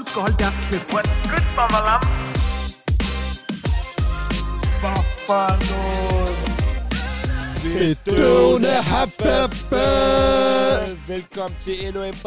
skal holde deres kæft. Good mamalam. Hvad for noget? Bedøvende happebe. Velkommen til endnu en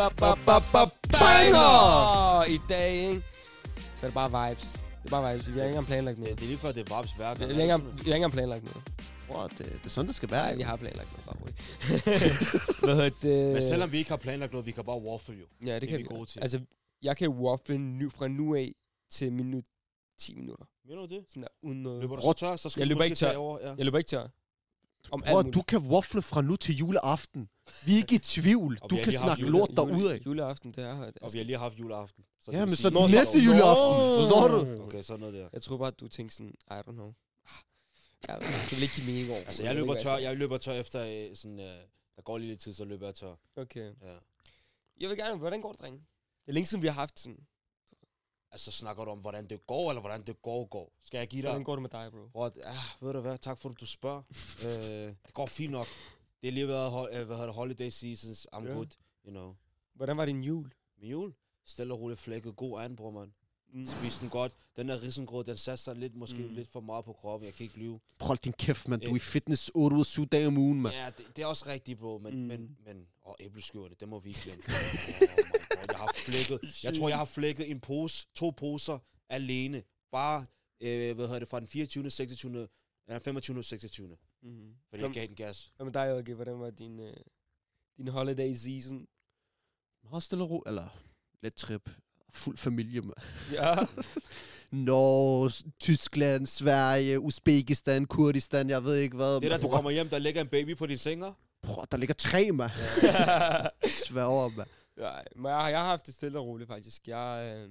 banger. I dag, ikke? Så er det bare vibes. Det er bare vibes. Vi har ikke engang planlagt noget. Det er lige før, det er vibes hver gang. Vi har ikke engang planlagt noget. Wow, det er sådan, det skal være. Nej, vi har planlagt noget. Bare roligt. Hvad hedder det? Men selvom vi ikke har planlagt noget, vi kan bare waffle jo. Ja, det kan vi gode til. Altså, jeg kan waffle fra nu af til 10 minutter. Mener du det? Sådan der, uden noget. Løber du så tør, så skal Jeg du løber måske ikke tør. tage over. Ja. Jeg løber ikke tør. Prøv, du kan waffle fra nu til juleaften. Vi er ikke i tvivl. Og Du vi har kan lige haft snakke lort derudad. Juleaften, det er her. Og vi har lige haft juleaften. Så Ja, det men vil så sige- næste juleaften. Forstår du? Okay, sådan noget der. Jeg tror bare, at du tænkte sådan, I don't know. Ja, det vil ikke give mening over. Altså, jeg løber tør efter sådan... der går lige lidt tid, så løber jeg tør. Okay. Ja. Jeg vil gerne, hvordan går det, drenge? Det er længe siden, vi har haft sådan. Altså, snakker du om, hvordan det går, eller hvordan det går? Skal jeg give dig? Hvordan går det med dig, bro? Bro, ved du hvad? Tak for, at du spørger. Det går fint nok. Det har lige været holiday seasons. I'm good, you know. Hvordan var din jul? Min jul? Stille og roligt flækket. God an, bror, man. Mm. Spiste den godt. Den der risengrød, den satte sig måske lidt for meget på kroppen. Jeg kan ikke lyve. Prøv din kæft, man. Du er i fitness 8 ud af 7 dage om ugen, man. Ja, det er også rigtigt, bro. Men æbleskiverne, det må vi ikke glemme. Jeg har flækket. Jeg tror, jeg har flækket en pose, 2 poser alene. Bare, fra den 24., 26., 25. og 26. Fordi jeg gav den gas. Hvad med dig, Elke? Hvordan var din holiday season? Meget stille og ro. Eller lidt trip. Fuld familie, man. Ja. Norge, Tyskland, Sverige, Uzbekistan, Kurdistan, jeg ved ikke hvad. Det der, du kommer hjem, der ligger en baby på din seng. Prøv, der ligger 3, man. Sværger, man. Nej, men jeg har haft det stille og roligt, faktisk. Hvad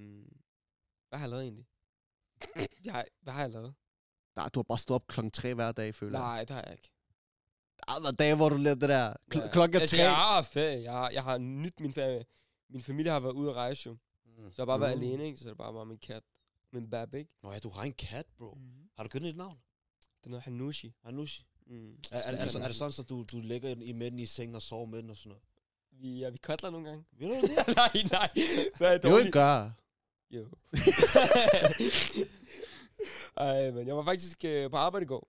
har jeg lavet egentlig? Hvad har jeg lavet? Nej, du har bare stået op klokken 3 hver dag, føler jeg. Nej, det har jeg ikke. Der var dage, hvor du lavede det der. Klokken 3. Altså, jeg har haft ferie. Jeg har nyt min ferie. Min familie har været ude at rejse, jo. Så jeg har bare været alene, ikke? Så det bare var min kat. Min bab, ikke? Nå ja, du har en kat, bro. Har du givet den et navn? Den hedder Hanushi. Hanushi? Er det sådan, så du ligger i midten i sengen og sover med den og sådan noget? Vi cuddler nogle gange. Ved du det? nej. Hvad er Det er jo ikke gør. Jo. Ej, men jeg var faktisk på arbejde i går.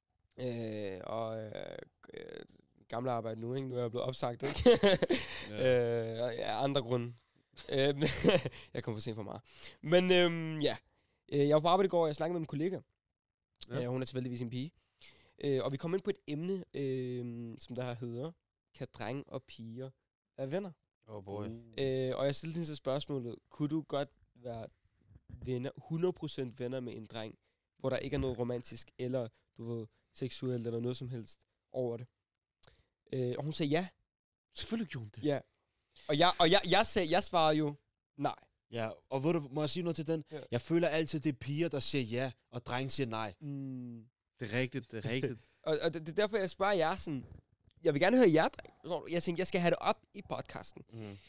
Gamle arbejde nu, ikke? Nu er jeg blevet opsagt, ikke? Andre grunde. Jeg kom for sent for meget. Men jeg var på arbejde i går, og jeg snakkede med min kollega. Ja. Hun er tilfældigvis en pige. Og vi kom ind på et emne, som der hedder, kan drenge og piger være venner? Oh boy. Og jeg stillede hende så spørgsmålet, kunne du godt være venner, 100% venner med en dreng, hvor der ikke er noget romantisk, eller du ved, seksuelt, eller noget som helst over det? Og hun sagde ja. Selvfølgelig gjorde hun det. Ja. Og jeg svarede jo nej. Ja, og ved du, må jeg sige noget til den? Ja. Jeg føler altid, det er piger, der siger ja, og drenge siger nej. Det er rigtigt. og det er derfor, jeg spørger jer sådan, jeg vil gerne høre jer, dreng. Jeg tænkte, jeg skal have det op i podcasten.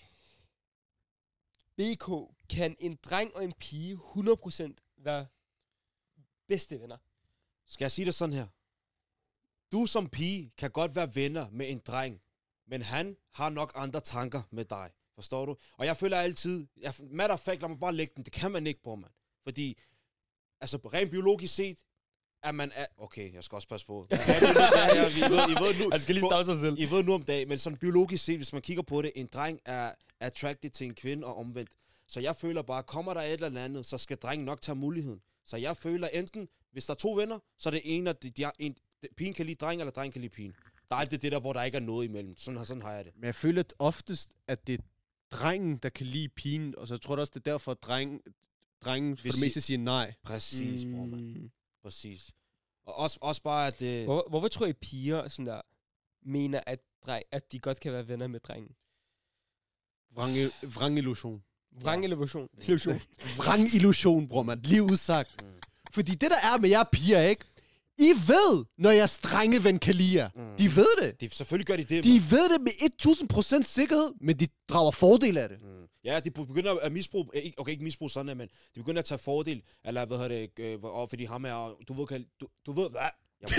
BK, kan en dreng og en pige 100% være bedste venner? Skal jeg sige det sådan her? Du som pige kan godt være venner med en dreng, men han har nok andre tanker med dig. Forstår du? Og jeg føler altid, matter of fact, lad mig bare lægge den. Det kan man ikke, bror, mand. Fordi, altså rent biologisk set, at man er... Okay, jeg skal også passe på. I ved nu, han skal lige stave sig selv. I ved nu om dagen, men sådan biologisk set, hvis man kigger på det, en dreng er attracted til en kvinde og omvendt. Så jeg føler bare, kommer der et eller andet, så skal drengen nok tage muligheden. Så jeg føler enten, hvis der er 2 venner, så er det en, at pigen kan lide dreng, eller drengen kan lide pigen. Der er altid det der, hvor der ikke er noget imellem. Sådan har jeg det. Men jeg føler at oftest, at det er drengen, der kan lide pigen, og så tror jeg også, det er derfor, at drengen for det meste siger nej. Præcis, bror, man. Præcis. Og også bare, at det... Hvorfor tror I piger sådan der, mener, at de godt kan være venner med drengen? Vrangillusion. Vrangillusion. Vrangillusion, bror, man. Lige udsagt. Fordi det, der er med jer piger, ikke? I ved, når jeres drengeven kan lide jer. De ved det. Selvfølgelig gør de det. De ved det med 1000% sikkerhed, men de drager fordel af det. Ja, de begynder at misbruge, ikke misbruge sådan, men de begynder at tage fordel, eller hvad hedder det, fordi ham er, du ved, hvad?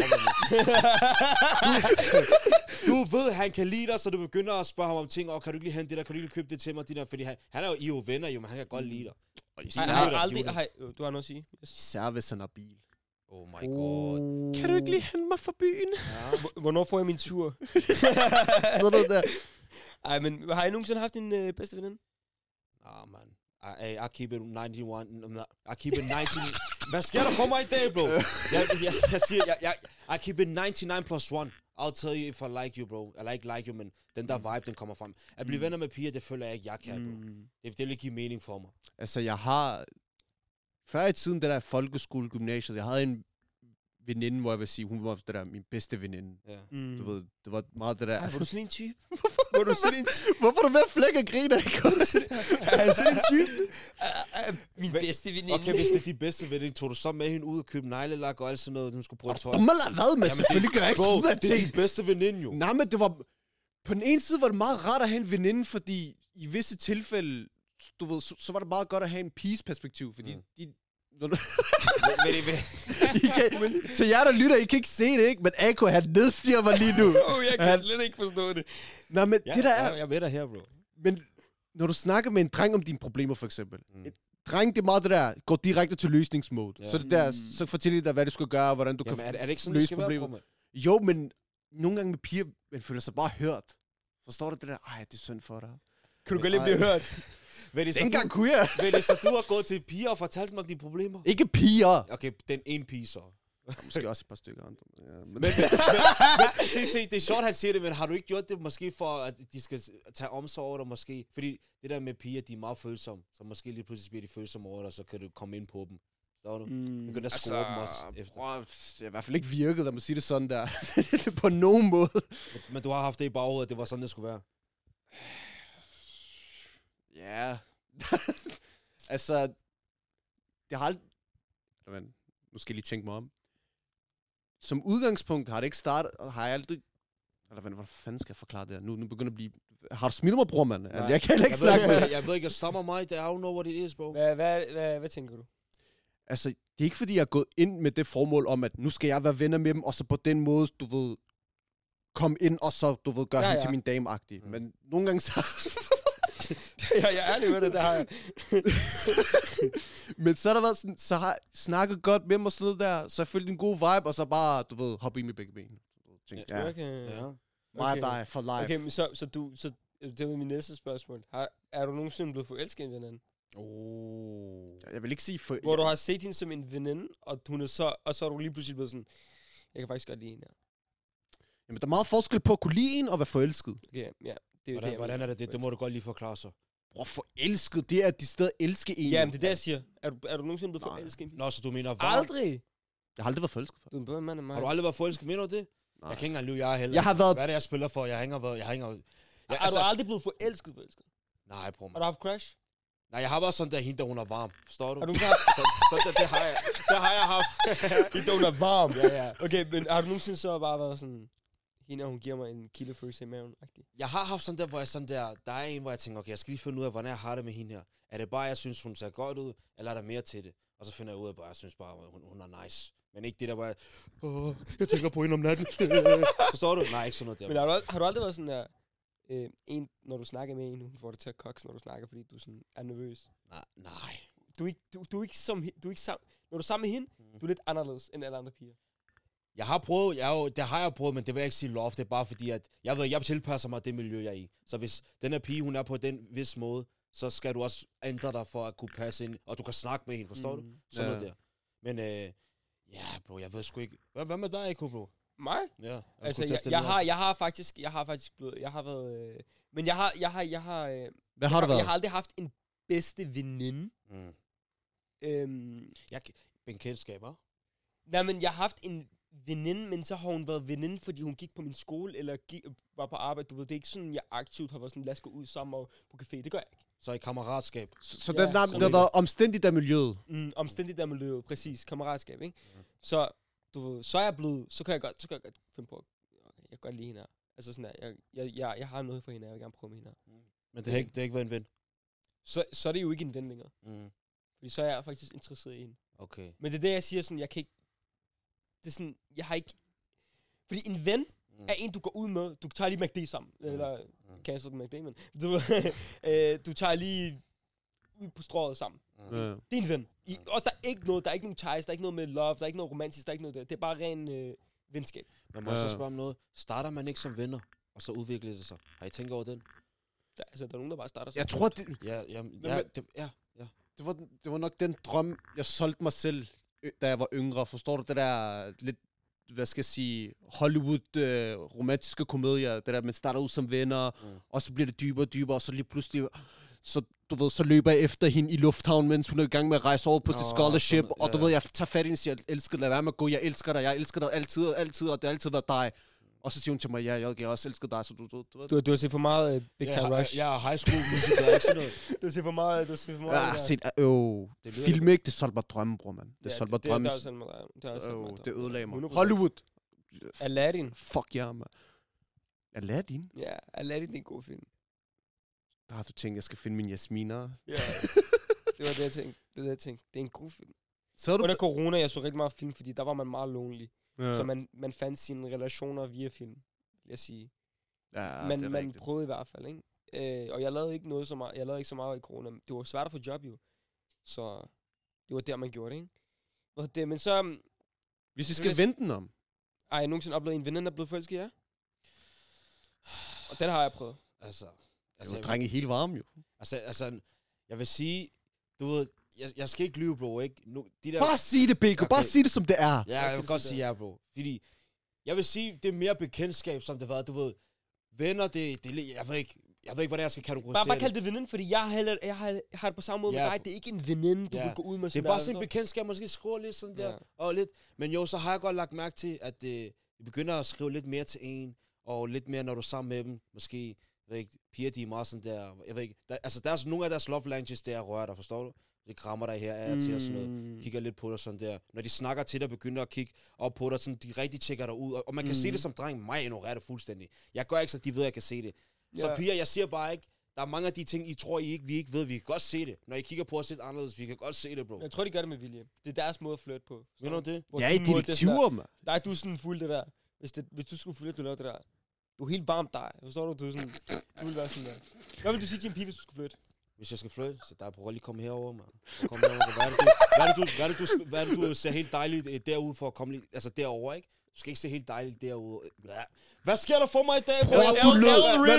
Du ved, han kan lide dig, så du begynder at spørge ham om ting, kan du ikke lige hente det der, kan du ikke lige købe det til mig, fordi I er jo venner, jo, men han kan godt lide dig. Og Du har noget at sige? Yes. Især hvis han har bil. Oh my god. Kan du ikke lige hente mig fra byen? Ja. Hvornår får jeg min tur? Sådan noget der. Ej, men har I nogensinde haft din bedste veninde? Man. I keep it 91. I keep it 90. Hvad sker der for mig i dag, bro? Jeg siger, I keep it 99 plus 1. I'll tell you if I like you, bro. I like you, men den der vibe, den kommer frem. At blive venner med piger, det føler jeg ikke, jeg kan, bro. Det vil ikke give mening for mig. Altså, jeg har... Før i tiden, det der folkeskole, gymnasiet, jeg havde en veninde, hvor jeg vil sige, hun var det der min bedste veninde. Ja. Du ved, det var meget det der... Ej, var du sådan en type? Hvorfor er du ved at flække og grine? Er jeg sådan en type? Min bedste veninde. Okay, hvis det er de bedste veninde, tog du så med hende ud og købe neglelak og alt sådan noget, hun skulle prøve tøj? Du må lade hvad med, selvfølgelig gør jeg ikke sådan der det er ting. din bedste veninde, jo. Nej, men det var... På den ene side var det meget rart at have en veninde, fordi i visse tilfælde, du ved, så var det meget godt at have en piges perspektiv, fordi de... Til jer, der lytter, I kan ikke se det, ikke? Men AK, han nedstiger mig lige nu. Jeg kan slet ikke forstå det. Nej, men det der er... Jeg er med dig her, bro. Men når du snakker med en dreng om dine problemer, for eksempel. Et dreng, det er meget det der, går direkte til løsningsmode. Ja. Så det der, så fortæller de dig, hvad du skal gøre, hvordan du kan er det ikke sådan, løse det skal problemer. Være, jo, men nogle gange med piger, man føler sig bare hørt. Forstår du det der? Ej, det er synd for dig. Kan du godt lige blive hørt? Dengang kunne jeg. Så du har gået til piger og fortalt mig om dine problemer? Ikke piger. Okay, den ene pige så. Måske også et par stykker andre. Ja, men se, det er sjovt, han siger det, men har du ikke gjort det måske for, at de skal tage omsorg over dig måske? Fordi det der med piger, de er meget følsomme, så måske lige pludselig bliver de følsomme over dig, så kan du komme ind på dem. Så du? Du kan da score dem også efter. Det har i hvert fald ikke virket, lad mig sige det sådan der. På nogen måde. Men du har haft det i baghovedet, at det var sådan, det skulle være? Ja. Altså, det har aldrig... Nu skal jeg lige tænke mig om. Som udgangspunkt har det ikke startet... Har jeg aldrig... Eller hvad fanden skal jeg forklare det her? Nu begynder at blive... Har du smidt mig, bror, mand? Jeg kan heller ikke snakke med dig. Jeg ved ikke, jeg stammer mig. I don't know what it is, bro. Hvad tænker du? Altså, det er ikke fordi, jeg er gået ind med det formål om, at nu skal jeg være venner med dem, og så på den måde, du ved, komme ind, og så, du ved, gøre hende til min dame-agtig. Men nogle gange så... Jeg er ærlig med det, der har jeg. Men så har der været sådan, så har jeg snakket godt med mig og sådan noget der, så jeg følte en god vibe, og så bare, du ved, hoppe i med begge ben. Tænkte, mig og dig for life. Okay, men så det var min næste spørgsmål. Er du nogensinde blevet forelsket i en veninde? Jeg vil ikke sige hvor du har set hende som en veninde, og hun er så er du lige pludselig blevet sådan, jeg kan faktisk godt lide hende her. Jamen, der er meget forskel på at kunne lide en og være forelsket. Okay, ja. Hvordan er det? Det må du godt lige forklare så. Bror, forelsket, det er at de steder elske en. Ja, men det er det, jeg siger. Er du nogensinde blevet forelsket i en? Nå, så du mener... Aldrig! Jeg har aldrig været forelsket for. Du er en bedre mand end mig. Har du aldrig været forelsket? Mener du det? Nej. Jeg kan ikke engang lyve, jeg er heller. Jeg har været... Hvad er det, jeg spiller for? Jeg hænger... Er du aldrig blevet forelsket? Nej, bror. Har du haft crush? Nej, jeg har været sådan der, hende der, hun er varm. Forstår du? Har du haft... så det har jeg. Det har jeg haft. Hende der, hun er varm. Ja. Okay, men har du nogensinde så bare været sådan... Hende, hun giver mig en kildefølelse i maven. Jeg har haft sådan der, hvor jeg sådan der... Der er en, hvor jeg tænker, okay, jeg skal lige finde ud af, hvordan jeg har det med hende her. Er det bare, jeg synes, hun ser godt ud? Eller er der mere til det? Og så finder jeg ud af, at jeg synes bare, hun er nice. Men ikke det der, hvor jeg tænker på hende om natten. Forstår du? Nej, ikke sådan noget der. Men har du aldrig været sådan der... når du snakker med en, hun får det til at kokse, når du snakker, fordi du sådan er nervøs? Nej. Du er ikke sammen... Når du er sammen med hende, du er lidt anderledes end alle andre piger. Jeg har prøvet, det har jeg prøvet, men det vil jeg ikke sige love. Det er bare fordi, at jeg tilpasser mig det miljø, jeg er i. Så hvis den her pige, hun er på den vis måde, så skal du også ændre dig for at kunne passe ind, og du kan snakke med hende, forstår du? Sådan noget der. Men bro, jeg ved sgu ikke. Hvad med dig, Eko, bro? Mig? Ja. Altså, jeg har faktisk blevet, jeg har været, men jeg har, hvad har du været? Jeg har aldrig haft en bedste veninde. Bekendtskaber? Nej, men jeg har haft en veninde, men så har hun været veninde, fordi hun gik på min skole, eller var på arbejde. Du ved, det er ikke sådan, jeg aktivt har været sådan, lad os gå ud sammen og på café. Det gør jeg ikke. Så i kammeratskab? Så ja, der har været omstændigt af miljøet? Omstændigt af miljøet, præcis. Kammeratskab, ikke? Så, du ved, så er jeg blevet, så kan jeg godt finde på, okay, jeg kan godt lide hende her. Altså sådan her, jeg har noget for hende, jeg vil gerne prøve med hende her. Men det har ikke været en ven? Så er det jo ikke en ven længere. Fordi så er jeg faktisk interesseret i hende. Okay. Men det er det, jeg siger sådan, jeg kan ikke... Det er sådan, jeg har ikke... Fordi en ven er en, du går ud med. Du tager lige McD sammen. Eller cancel McD, men... Du tager lige ud på strået sammen. Det er en ven. Og der er ikke noget, der er ikke nogen ties, der er ikke noget med love, der er ikke noget romantisk, der er ikke noget der. Det er bare ren venskab. Man må også spørge om noget. Starter man ikke som venner, og så udvikler det sig? Har I tænkt over den? Der er nogen, der bare starter som Jeg tror, det... Det var nok den drøm, jeg solgte mig selv, da jeg var yngre. Forstår du? Det der lidt, hvad skal jeg sige, Hollywood romantiske komedier. Det der, man starter ud som venner, og så bliver det dybere og dybere, og så lige pludselig... Så, du ved, så løber jeg efter hende i lufthavnen, mens hun er i gang med at rejse over på sit scholarship. Og du ved, jeg tager fat i hende og siger, jeg elsker dig, lad være med at gå, jeg elsker dig altid, og det har altid været dig. Og så siger hun til mig, jeg også elsker dig, så du har set for meget Big Time Rush. Ja, high school musik, der er ikke sådan noget. Du har set for meget, Jeg har set, film ikke, det solgte mig drømme, bror, man. Det solgte mig drømme. Det ødelagde mig. 100%. Hollywood. Aladdin. Fuck ja, man. Aladdin? Ja, Aladdin er en god film. Der har du tænkt, jeg skal finde min Jasminer. Ja, det var det, jeg tænkte. Det er en god film. Så du... Under corona, jeg så rigtig meget film, fordi der var man meget lonely. Ja. Så man fandt sine relationer via film, vil jeg sige. Ja, Men man prøvede i hvert fald, ikke? Og jeg lavede ikke noget så meget. Jeg lavede ikke så meget i corona. Det var svært at få job, jo. Så det var der, man gjorde det, ikke? Men så... Hvis vi skal vente den om. Ej, jeg nogensinde oplevet en veninde, der er blevet forelsket, ja? Og den har jeg prøvet. Altså jeg drenge helt varme, jo. Altså, jeg vil sige, du ved, jeg skal ikke lyve, bro, ikke? Nu, de der... Bare sig det, Beko. Bare sig det, som det er. Ja, jeg vil godt sige ja, bro. Fordi, jeg vil sige, det er mere bekendtskab, som det har været. Du ved, venner, jeg ved ikke, hvordan jeg skal kategorisere bare kald det veninde, fordi jeg har det på samme måde med dig. Det er ikke en veninde, du vil gå ud med. Det er bare sådan en bekendtskab, måske skrive lidt sådan der, og lidt. Men jo, så har jeg godt lagt mærke til, at vi begynder at skrive lidt mere til en, og lidt mere, når du er sammen med dem, måske, jeg ved ikke, piger, de er meget sådan der, jeg ved ikke, der er nogle af deres love languages, der rører dig, forstår du? Det krammer dig her af til og sådan noget, kigger lidt på dig sådan der. Når de snakker til dig, begynder at kigge op på dig, sådan, de rigtig tjekker dig ud, og man kan se det som dreng, mig ignorerer det fuldstændig. Jeg gør ikke, så de ved, at jeg kan se det. Så piger, jeg siger bare ikke, der er mange af de ting, I tror, vi ikke ved, vi kan godt se det. Når I kigger på os lidt anderledes, vi kan godt se det, bro. Jeg tror, de gør det med vilje. Det er deres måde at flytte på. Ved du det? Ja, i detektiver, mand. Der er du sådan fuld det der. Hvis du skulle flytte, du laver det der. Du er helt varmt dig. Forstår du? Du vil være sådan der. Hvad vil du sige til en pige, hvis du skulle flytte? Hvis jeg skal flytte, så der prøver lige at komme herover, man. Hvad er det, du ser helt dejligt derude for at komme lige, altså derover, ikke? Du skal ikke se helt dejligt derude. Hvad sker der for mig i dag? Bror, du lød.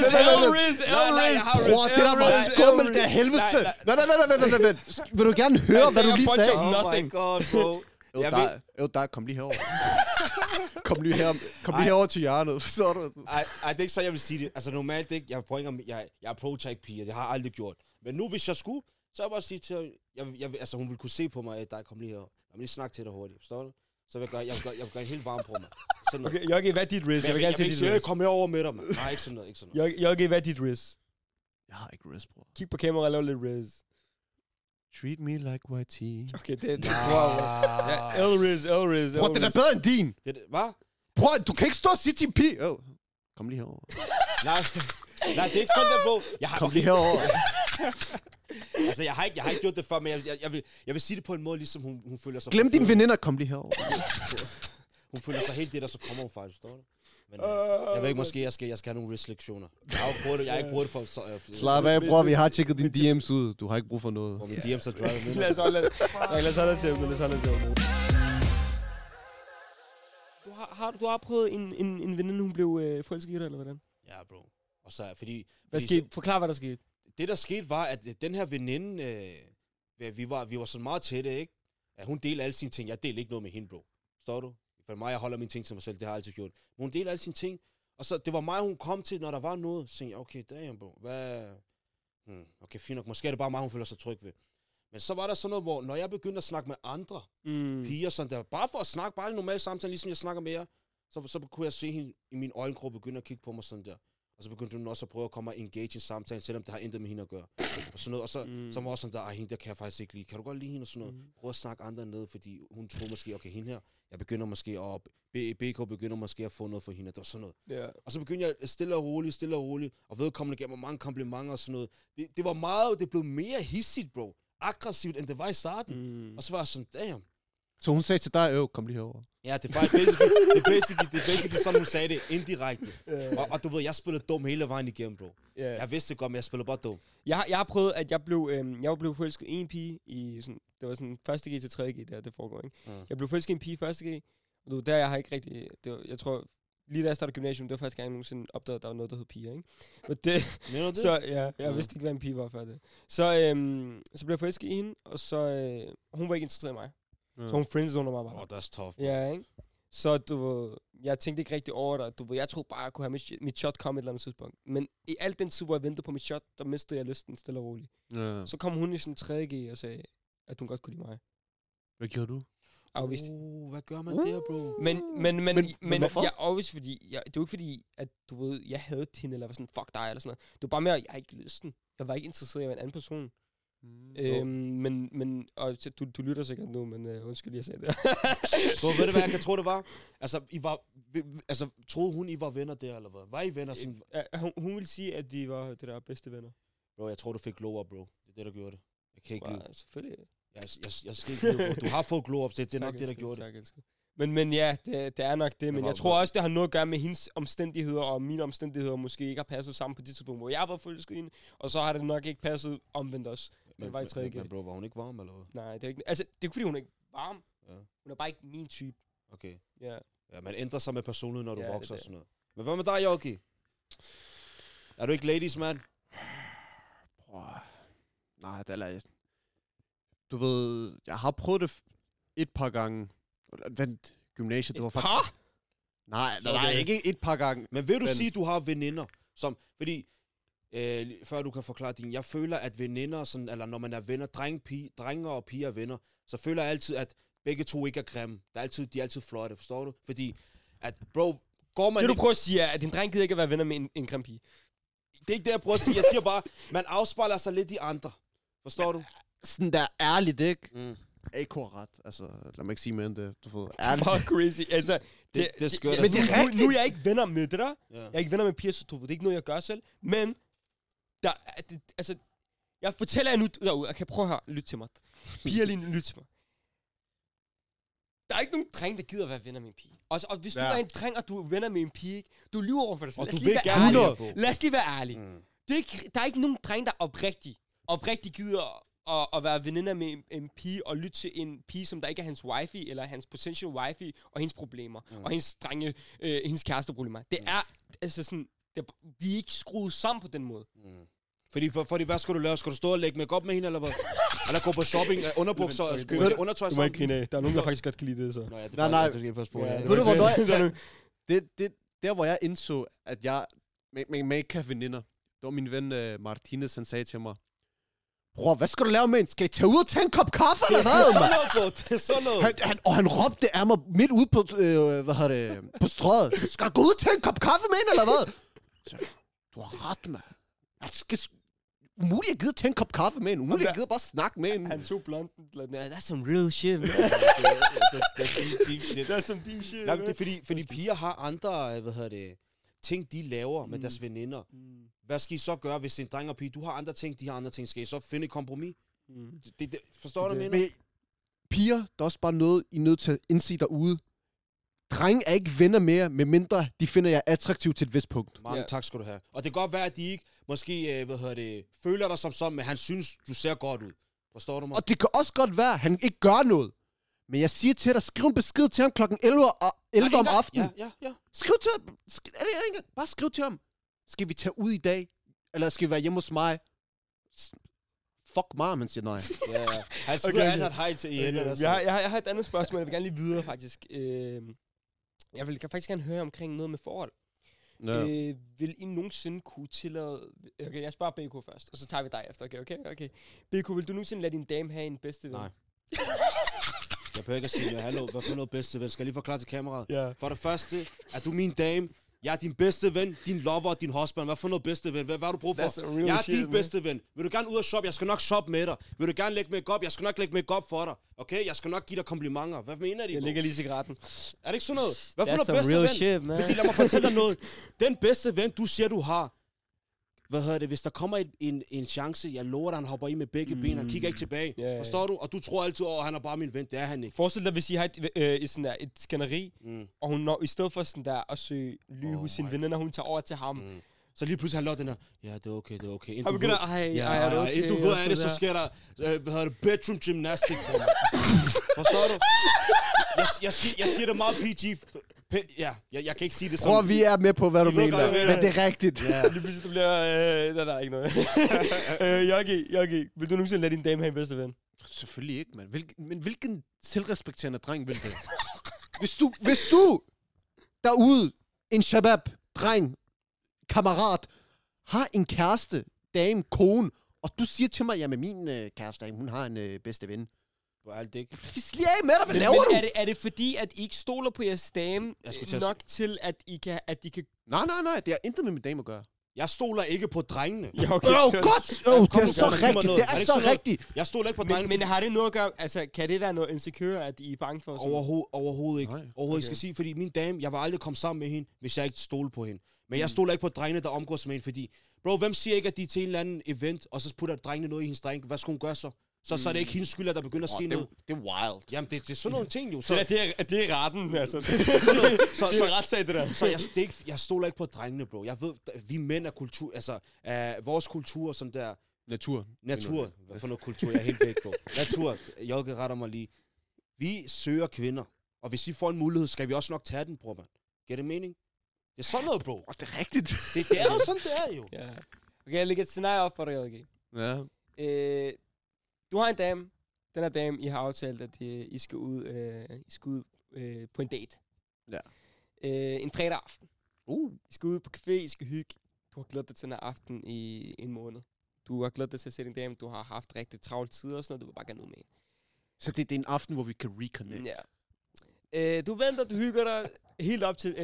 Bror, det der var skummelt af helvede. Nej. Vil du gerne høre, hvad du lige sagde? Oh my god, bro. Der, kom lige herover. Kom lige herover til hjørnet, forstår du? Ej, det er ikke så, jeg vil sige det. Altså normalt ikke. Jeg approacher ikke piger. Det har jeg aldrig gjort. Men nu, hvis jeg skulle, så jeg bare sige til hende, altså hun ville kunne se på mig, at der kom lige herover. Jeg vil lige snakke til dig hurtigt, forstår du? Så jeg vil gøre en helt varm på mig. Okay, Jørgen, hvad er dit risk? Jeg vil gerne se dit risk. Kom herover med dig, man. Nej, ikke sådan noget. Jørgen, hvad er dit risk? Jeg har ikke risk, bror. Kig på kamera og lav lidt risk. Treat me like white tea. Okay, det er... Elriz. Bror, den er bedre end din. Hvad? Bror, du kan ikke stå og sige til en pige. Kom lige herover. Nej, det er ikke sådan der, bro. Kom lige herover. Altså, jeg har ikke gjort det før, men jeg vil sige det på en måde, ligesom hun føler sig... Glem dine veninder, kom lige herover. Hun føler sig helt det, der så kommer hun faktisk, forstår du? Men jeg ved ikke, måske jeg skal have nogle risk-lektioner. Jeg har ikke brugt det for... Slap af, bror, vi har tjekket dine DM's ud. Du har ikke brug for noget. Og mine DM's er drivet med. Lad os holde os Du har prøvet en veninde, hun blev forelsket i dig, eller hvordan? Ja, bro. Og så, fordi Forklar, hvad der skete. Det, der skete, var, at den her veninde, vi var sådan meget tætte, ikke? At hun delte alle sine ting. Jeg delte ikke noget med hende, bro. Forstår du? For mig, jeg holder mine ting til mig selv. Det har jeg altid gjort. Men hun delte alle sine ting. Og så, det var mig, hun kom til, når der var noget. Så tænkte jeg, okay, damn, bro. Hvad? Okay, fint nok. Måske er det bare mig, hun føler sig tryg ved. Men så var der sådan noget, hvor når jeg begyndte at snakke med andre piger, sådan der, bare for at snakke, bare i normale samtale, ligesom jeg snakker med jer, så kunne jeg se hende i min øjenkrog begynde at kigge på mig sådan der. Og så begyndte hun også at prøve at komme og engage i samtalen, selvom det har intet med hende at gøre. Og sådan noget. Og så var også sådan der, hende der kan jeg faktisk ikke lide. Kan du godt lide hende og sådan noget? Prøv at snakke andre ned, fordi hun tror måske, okay, hende her, jeg begynder måske at, BK begynder måske at få noget for hende. Det var sådan noget. Yeah. Og så begyndte jeg stille og roligt, og vedkommende gav mig mange komplimenter og sådan noget. Det var meget, det blev mere hissigt, bro. Aggressivt, end det var i starten. Og så var jeg sådan, damn. Så hun sagde til dig, kom lige herover. Ja, det er faktisk basically sådan, hun sagde det indirekte. Og du ved, jeg spillede dum hele vejen igennem, bro. Ja. Jeg vidste det godt, men jeg spillede bare dum. Jeg har prøvet, at jeg blev forelsket i en pige i sådan, det var sådan 1. G til 3. G, det foregår, ikke? Jeg blev forelsket i en pige i 1. G, og det var der, jeg har ikke rigtig, jeg tror, lige da jeg startede gymnasium, det var første gang, jeg nogensinde opdagede, at der var noget, der hed piger, ikke? Men det, Mener du det? så ja, jeg vidste ikke, hvad en pige var før det. Så blev jeg forelsket i hende, og så, hun var ikke interesseret i mig. Så hun friendzonede mig bare. That's tough. Ja, ikke? Så jeg tænkte ikke rigtig over det. Jeg troede bare, at jeg kunne have mit shot komme et eller andet tidspunkt. Men i alt den tid, hvor jeg ventede på mit shot, der mistede jeg lysten stille og roligt. Ja. Så kom hun i sådan 3. G og sagde, at hun godt kunne lide mig. Hvad gjorde du? Afvist. Hvad gør man der, bro? Men hvorfor? jeg afvist, fordi det var ikke fordi, at du ved, jeg havde hende, eller var sådan, fuck dig, eller sådan noget. Det var bare mere, at jeg ikke lysten. Jeg var ikke interesseret i en anden person. Men og du lytter sikkert nu, men undskyld, jeg sagde det. Bro, ved du hvad jeg kan tro, det var? Altså, troede hun, I var venner der, eller hvad? Var I venner sådan? Hun ville sige, at vi var det der bedste venner. Bro, jeg tror, du fik glow up, bro. Det er det, der gjorde det. Jeg kan ikke lyve. Selvfølgelig. Jeg skal ikke lyve, bro. Du har fået glow up, det er nok det, der gjorde det. Men ja, det er nok det. Men jeg tror også, det har noget at gøre med hendes omstændigheder, og mine omstændigheder måske ikke har passet sammen på det tidspunkt, hvor jeg var forelsket i hende, og så har det nok ikke passet omvendt også. Men var i 3. G. Men bro, var hun ikke varm, eller hvad? Nej, det er ikke, altså, det er ikke fordi, hun er ikke varm. Ja. Hun er bare ikke min type. Okay. Ja. Ja, man ændrer sig med personlighed, når du vokser og sådan noget. Men hvad med dig, Jogi? Er du ikke ladies, man? Nej, det er jeg. Du ved, jeg har prøvet det et par gange. Vent, gymnasiet, det var faktisk... Nej, ikke et par gange. Men vil du sige, du har veninder, som... Fordi, før du kan forklare din... Jeg føler, at veninder, sådan, eller når man er venner, drenge og piger er venner, så føler jeg altid, at begge to ikke er grimme. De er altid flotte, forstår du? Fordi, at bro, går man... Det du prøver at sige er, at din dreng gider ikke at være venner med en grim pige. Det er ikke det, jeg prøver at sige. Jeg siger bare, man afspejler sig lidt i andre. Forstår du? Sådan der ærligt, ikke? Ikke ret. Altså, lad mig ikke sige mere end det. Du ved, ærligt. Meget crazy. Altså, det er skørt. Men det er rigtigt. Nu er jeg ikke venner med det der. Ja. Jeg er ikke venner med piger, så du ved, det er ikke noget, jeg gør selv. Men, altså, jeg fortæller jer nu derude, jeg kan prøve her, lyt til mig. Piger lige lyt til mig. Der er ikke nogen dreng, der gider at være venner med en pige. Og hvis du er en dreng, og du er venner med en pige, du lyver over for dig selv. Og du vil gerne Lad os lige være ærlige. Der er ikke nogen dreng, der oprigtigt gider at være veninder med en pige, og lytte til en pige, som der ikke er hans wifi, eller hans potential wifi, og hendes problemer, og hendes kæresteproblemer. Det er, altså sådan, vi er ikke skruet sammen på den måde. Fordi hvad skal du lave? Skal du stå og lægge make-up med hende, eller hvad? Eller gå på shopping, underbukser, og købe undertøj sammen? Du må ikke grine af. Der er nogen, der faktisk godt kan lide det, så. Nej. Ved du, hvor det der, hvor jeg indså, at jeg ikke kan veninder. Det var min ven Martinez, han sagde til mig, bror, hvad skal du lave med en? Skal I tage ud og tage en kop kaffe, eller hvad? Det er sådan noget. Han råbte af mig midt ude på, på strøget. Skal du gå ud og tage en kop kaffe med hende, eller hvad? Så, du har ret, mand. Umuligt, jeg gider tage en kop kaffe med hende. Umuligt, jeg gider bare snakke med hende. Han tog blonden. That's some real shit, man. That's some deep shit. Nej, det er fordi piger har andre, ting, de laver med deres veninder. Hvad skal I så gøre, hvis en dreng og pige, du har andre ting, de har andre ting, skal I så finde et kompromis? Forstår du, hvad jeg mener? Men piger, der er også bare noget, I er nødt til at indse derude. Drenge er ikke venner mere, medmindre de finder jer attraktiv til et vist punkt. Mange tak skal du have. Og det kan godt være, at de ikke måske, føler dig som sådan, men han synes, du ser godt ud. Forstår du mig? Og det kan også godt være, at han ikke gør noget. Men jeg siger til dig, skriv en besked til ham klokken 11 om aftenen. Ja. Skriv til ham. Bare skriv til ham. Skal vi tage ud i dag? Eller skal vi være hjemme hos mig? Fuck mig, man siger nej. Ja. Han skulle have et hej til Ian. Jeg har et andet spørgsmål, jeg vil gerne lige videre, faktisk. Jeg vil faktisk gerne høre omkring noget med forhold. Ja. Vil I nogensinde kunne tillade... Okay, jeg spørger BK først, og så tager vi dig efter. Okay. BK, vil du nogensinde lade din dame have en bedste ven? Nej. Jeg behøver ikke at sige, hallo, hvad for noget bedste ven? Skal jeg lige forklare til kameraet? Ja. For det første, er du min dame. Jeg er din bedste ven, din lover, din husband. Hvad for noget bedste ven? Hvad har du brug for? Jeg er din bedste ven. Vil du gerne ud og shoppe? Jeg skal nok shoppe med dig. Vil du gerne lægge make-up? Jeg skal nok lægge make-up for dig. Okay? Jeg skal nok give dig komplimenter. Hvad mener de? Jeg lægger lige cigaretten. Er det ikke sådan noget? Hvad for noget bedste ven? Shit, man. Fordi lad mig fortælle dig noget. Den bedste ven, du siger, du har. Hvis der kommer en chance, jeg lover dig, han hopper i med begge ben, han kigger ikke tilbage. Forstår du? Og du tror altid, han er bare min ven. Det er han ikke. Forestil dig, hvis I har et skænderi, og hun når, i stedet for sådan der at søge lyge hos sin veninde, når hun tager over til ham, Så lige pludselig han lå den her, ja, det er okay. Han begynder, er det okay? Inden du ved af det, så sker der, bedroom gymnastic på mig. Forstår du? Jeg siger det meget PG. Ja, jeg kan ikke sige det sådan. Prøv, vi er med på, hvad du mener, men det er rigtigt. Ja. Lige pludselig, det bliver... der er ikke noget. Jogi, vil du nogensinde lade din dame have en bedste ven? Selvfølgelig ikke, mand. Men hvilken selvrespekterende dreng vil det? Hvis du derude, en shabab, dreng, kammerat, har en kæreste, dame, kone, og du siger til mig, jamen min kæreste, hun har en bedste ven. Du er alt ikke. Fislig af med dig, hvad laver du? Er det fordi, at I ikke stoler på jeres dame nok til, at de kan... Nej, det har intet med min dame at gøre. Jeg stoler ikke på drengene. Ja, okay. Godt! Det er så rigtigt, det er så rigtigt. Jeg stoler ikke på drengene. Men har det noget at gøre... Altså, kan det være noget insecure, at I er bange for? Overhovedet ikke. Overhovedet skal sige, fordi min dame, jeg vil aldrig komme sammen med hende, hvis jeg ikke stoler på hende. Men jeg stoler ikke på drengene, der omgås med hende, fordi... Bro, hvem siger ikke, at de er til en eller anden event, og så putter drengene noget i hendes drink? Hvad skal hun gøre så? Så er det ikke hendes skyld, at der begynder at ske noget. Det er wild. Jamen, det er sådan nogle ting jo. Så, det er retten, altså. det er retssag, det der. Så jeg stoler ikke på drengene, bro. Jeg ved, vi mænd er kultur, altså vores kultur, sådan der... Natur. Hvad for noget kultur? Jeg er helt væk, bro. Natur. Jokke retter mig lige. Vi søger kvinder, og hvis vi får en mulighed, skal vi også nok tage den, bror, man. Giver det mening? Det er sådan noget, bro. Det er rigtigt. Det er jo sådan, det er jo. Ja. Okay, jeg lægger et scenarie op for dig, Jokke. Ja. Du har en dame. Den her dame, I har aftalt, at I skal ud, på en date. Ja. En fredag aften. I skal ud på café, I skal hygge. Du har glædet dig til den her aften i en måned. Du har glædet dig til at se din dame. Du har haft rigtig travlt tid og sådan noget. Du vil bare gerne ud med hende. Så det er en aften, hvor vi kan reconnect. Ja. Du venter, du hygger dig helt op til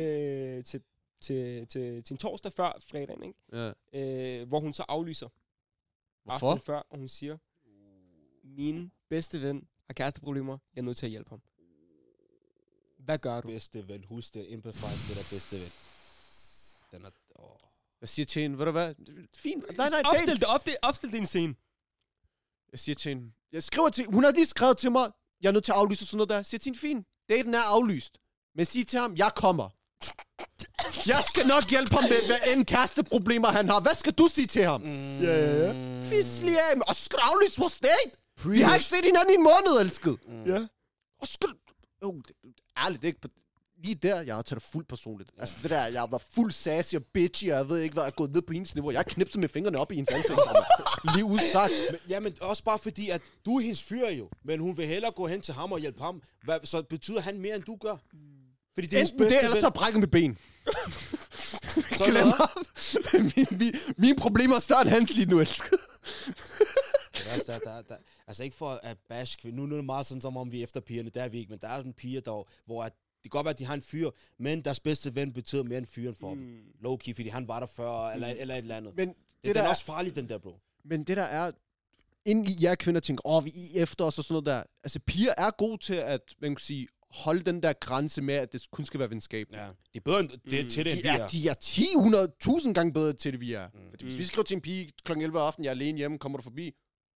en torsdag før fredagen, ikke? Ja. Hvor hun så aflyser. Hvorfor? Aftenen før, og hun siger... Min bedste ven har kæresteproblemer. Jeg er nødt til at hjælpe ham. Hvad gør du? Bedste ven. Husk det. Empathize med dig bedste ven. Den er... Jeg siger til hende, ved du hvad? Fint. Nej, Opstil din scene. Jeg siger til hende. Jeg skriver til... Hun har lige skrevet til mig. Jeg er nødt til at aflyse sådan noget der. Jeg siger til hende, fint. Daten er aflyst. Men sig til ham, jeg kommer. Jeg skal nok hjælpe ham med, hvad end kæresteproblemer han har. Hvad skal du sige til ham? Ja. Fislig af. Og så skal du aflyse vores date. Vi har ikke set hinanden i en måned, elsket. Ja. Og skal du... ærligt, ikke? Lige der, jeg har taget det fuldt personligt. Altså det der, jeg var fuld sassy og bitchy, og jeg ved ikke, hvad jeg er gået ned på hendes niveau. Jeg knipset med fingrene op i hendes ansigt. Lige udsagt. Men også bare fordi, at du er hendes fyr jo. Men hun vil hellere gå hen til ham og hjælpe ham. Så betyder han mere, end du gør. Fordi det er enten det, eller så brækker mit ben. Glem ham. Mine problemer er større end hans lige nu, elsket. Altså ikke for at bash kvinder. Nu er det meget sådan, som om vi er efter pigerne. Der er vi ikke, men der er sådan piger, hvor at det kan godt være, at de har en fyr, men deres bedste ven betyder mere end fyren for dem. Low-key, fordi han var der før, eller et eller andet. Men det er også farligt, den der, bro. Men det der er, inden I jer kvinder tænker, vi er efter os og sådan noget der. Altså piger er gode til at, man kan sige, holde den der grænse med, at det kun skal være venskab. Ja, de er bedre til det, end vi er. De er 10-100.000 gange bedre til det, vi er. Fordi hvis vi skriver til en pige kl. 11 aften, jeg er alene hjemme, kommer du forbi?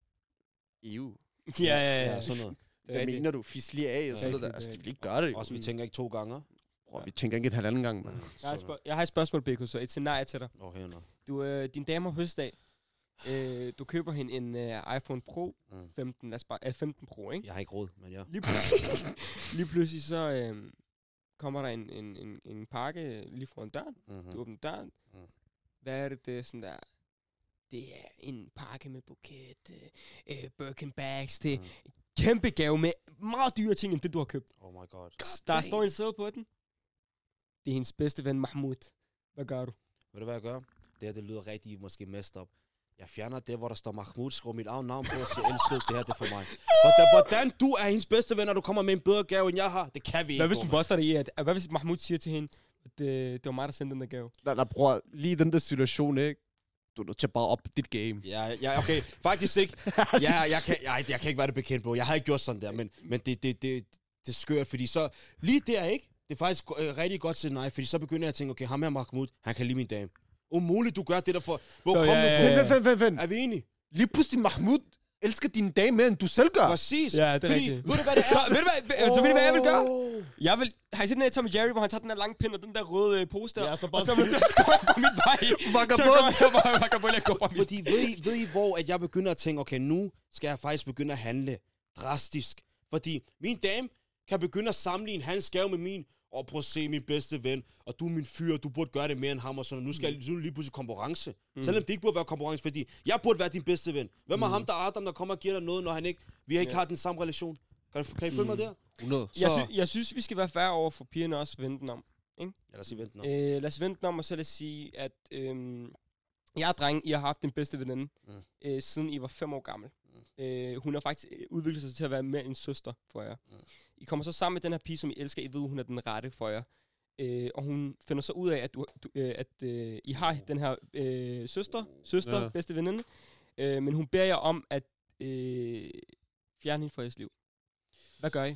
Ja. Sådan noget. Hvad mener du? Fislig af og sådan noget der. Altså, de vil ikke gøre det. Også, vi tænker ikke 2 gange. Vi tænker ikke en halvanden gang, man. Jeg har et spørgsmål, Beko, så et scenarie til dig. Din dame har fødselsdag. Du køber hende en iPhone Pro 15, 15 Pro, ikke? Jeg har ikke råd, men ja. Lige pludselig så kommer der en pakke lige foran døren. Du åbner døren. Hvad er det er sådan der? Det er en pakke med buket, Birkin bags, det er kæmpe gave med meget dyre ting, end det du har købt. Oh my god. Der står en sæde på den. Det er hendes bedste ven, Mahmoud. Hvad gør du? Ved du, hvad jeg gør? Det lyder rigtig måske messed up. Jeg fjerner det, hvor der står Mahmoud, skriver mit eget navn på, og siger, elsket, det her det er for mig. Hvordan du er hendes bedste ven, når du kommer med en bedre gave, end jeg har, det kan vi ikke. Hvad hvis du buster det i, hvad hvis Mahmoud siger til hende, at det var mig, der sendte den der gave? Nej, bror, lige den der situation, ikke? Du er nødt til bare op dit game. Ja, okay. Faktisk ikke. Jeg kan ikke være det bekendt, bro. Jeg har ikke gjort sådan der, men det er skørt, fordi så... Lige der, ikke? Det er faktisk rigtig godt til nej, fordi så begynder jeg at tænke, okay, ham her Mahmoud, han kan lide min dame. Umuligt, du gør det der for... Hvor Vent. Er vi enige? Lige pludselig Mahmoud elsker din dame mere, end du selv gør. Præcis. Ja, det er fordi, rigtigt. Ved du, hvad det er? Ved du, hvad jeg vil gøre? Har I set den her Tom & Jerry, hvor han tager den der lange pind og den der røde pose der? Ja, så og bare... så går jeg på mit vej. Fordi ved I hvor, at jeg begynder at tænke, okay, nu skal jeg faktisk begynde at handle drastisk. Fordi min dame kan begynde at sammenligne hans gave med min, og prøv at se min bedste ven, og du er min fyr, du burde gøre det mere end ham, og sådan, nu skal jeg lige pludselig konkurrence. Selvom det ikke burde være konkurrence, fordi jeg burde være din bedste ven. Hvem er ham, der er Adam, der kommer og giver dig noget, når vi ikke har den samme relation? Kan I følge mig der? 100. Jeg synes, vi skal være færre over for pigerne også vende den om. Ikke? Ja, lad os vente den om. Lad os vente den om, og så lad os sige, at jeg er dreng, I har haft den bedste veninde, siden I var 5 år gammel. Hun har faktisk udviklet sig til at være mere en søster for jer. I kommer så sammen med den her pige, som I elsker. I ved, hun er den rette for jer. Og hun finder så ud af, at I har den her søster, bedste veninde. Men hun beder jer om at fjerne hende fra jeres liv. Hvad gør I?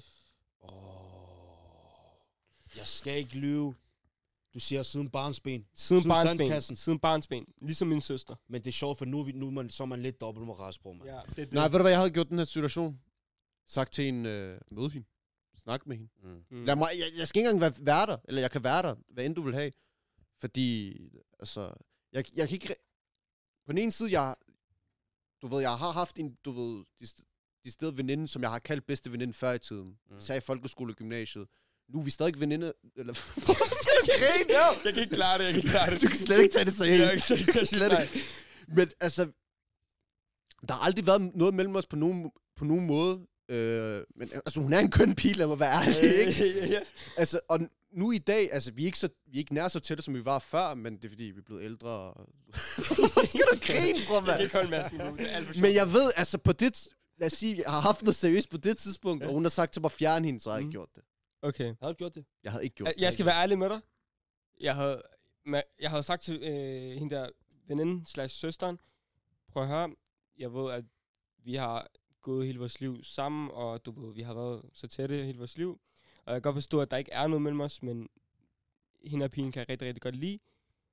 Jeg skal ikke lyve. Du siger siden barnsben. Siden barnsben. Ligesom min søster. Men det er sjovt, for nu så er man lidt dobbeltmoralsk, bror, man. Ja, det. Nej, ved du hvad, jeg havde gjort den her situation? Sagt til en, møde hende. Snak med hende. Lad mig, jeg skal ikke engang være der, eller jeg kan være der, hvad end du vil have. Fordi, altså, jeg kan ikke... På den ene side, jeg har haft en, de steder veninde, som jeg har kaldt bedste veninde før i tiden. Sagde i folkeskole og gymnasiet. Nu er vi stadig veninde, eller... Jeg kan ikke klare det, Du kan slet ikke tage det seriøst. Slet ikke. Men altså, der har aldrig været noget mellem os på nogen måde. Men altså, hun er en køn pige, lad mig være ærlig, ikke? Ja. Altså, og nu i dag, altså, vi er ikke nær så tætte, som vi var før, men det er fordi, vi er blevet ældre. Og... Hvad skal du grine, bror, mand? Jeg kan ikke holde masken nu, det er alt for sjovt. Men jeg ved, altså, på det... Lad os sige, jeg har haft noget seriøst på det tidspunkt, og hun har sagt til mig at fjerne hende, så har jeg ikke gjort det. Okay. Har du gjort det? Jeg havde ikke gjort det. Jeg skal være ærlig med dig. Jeg havde sagt til hende der veninde/søsteren, prøv at høre, jeg ved, at vi har gået hele vores liv sammen, og du ved, vi har været så tætte hele vores liv. Og jeg kan godt forstå, at der ikke er noget mellem os, men hende og pigen kan jeg rigtig, rigtig godt lide.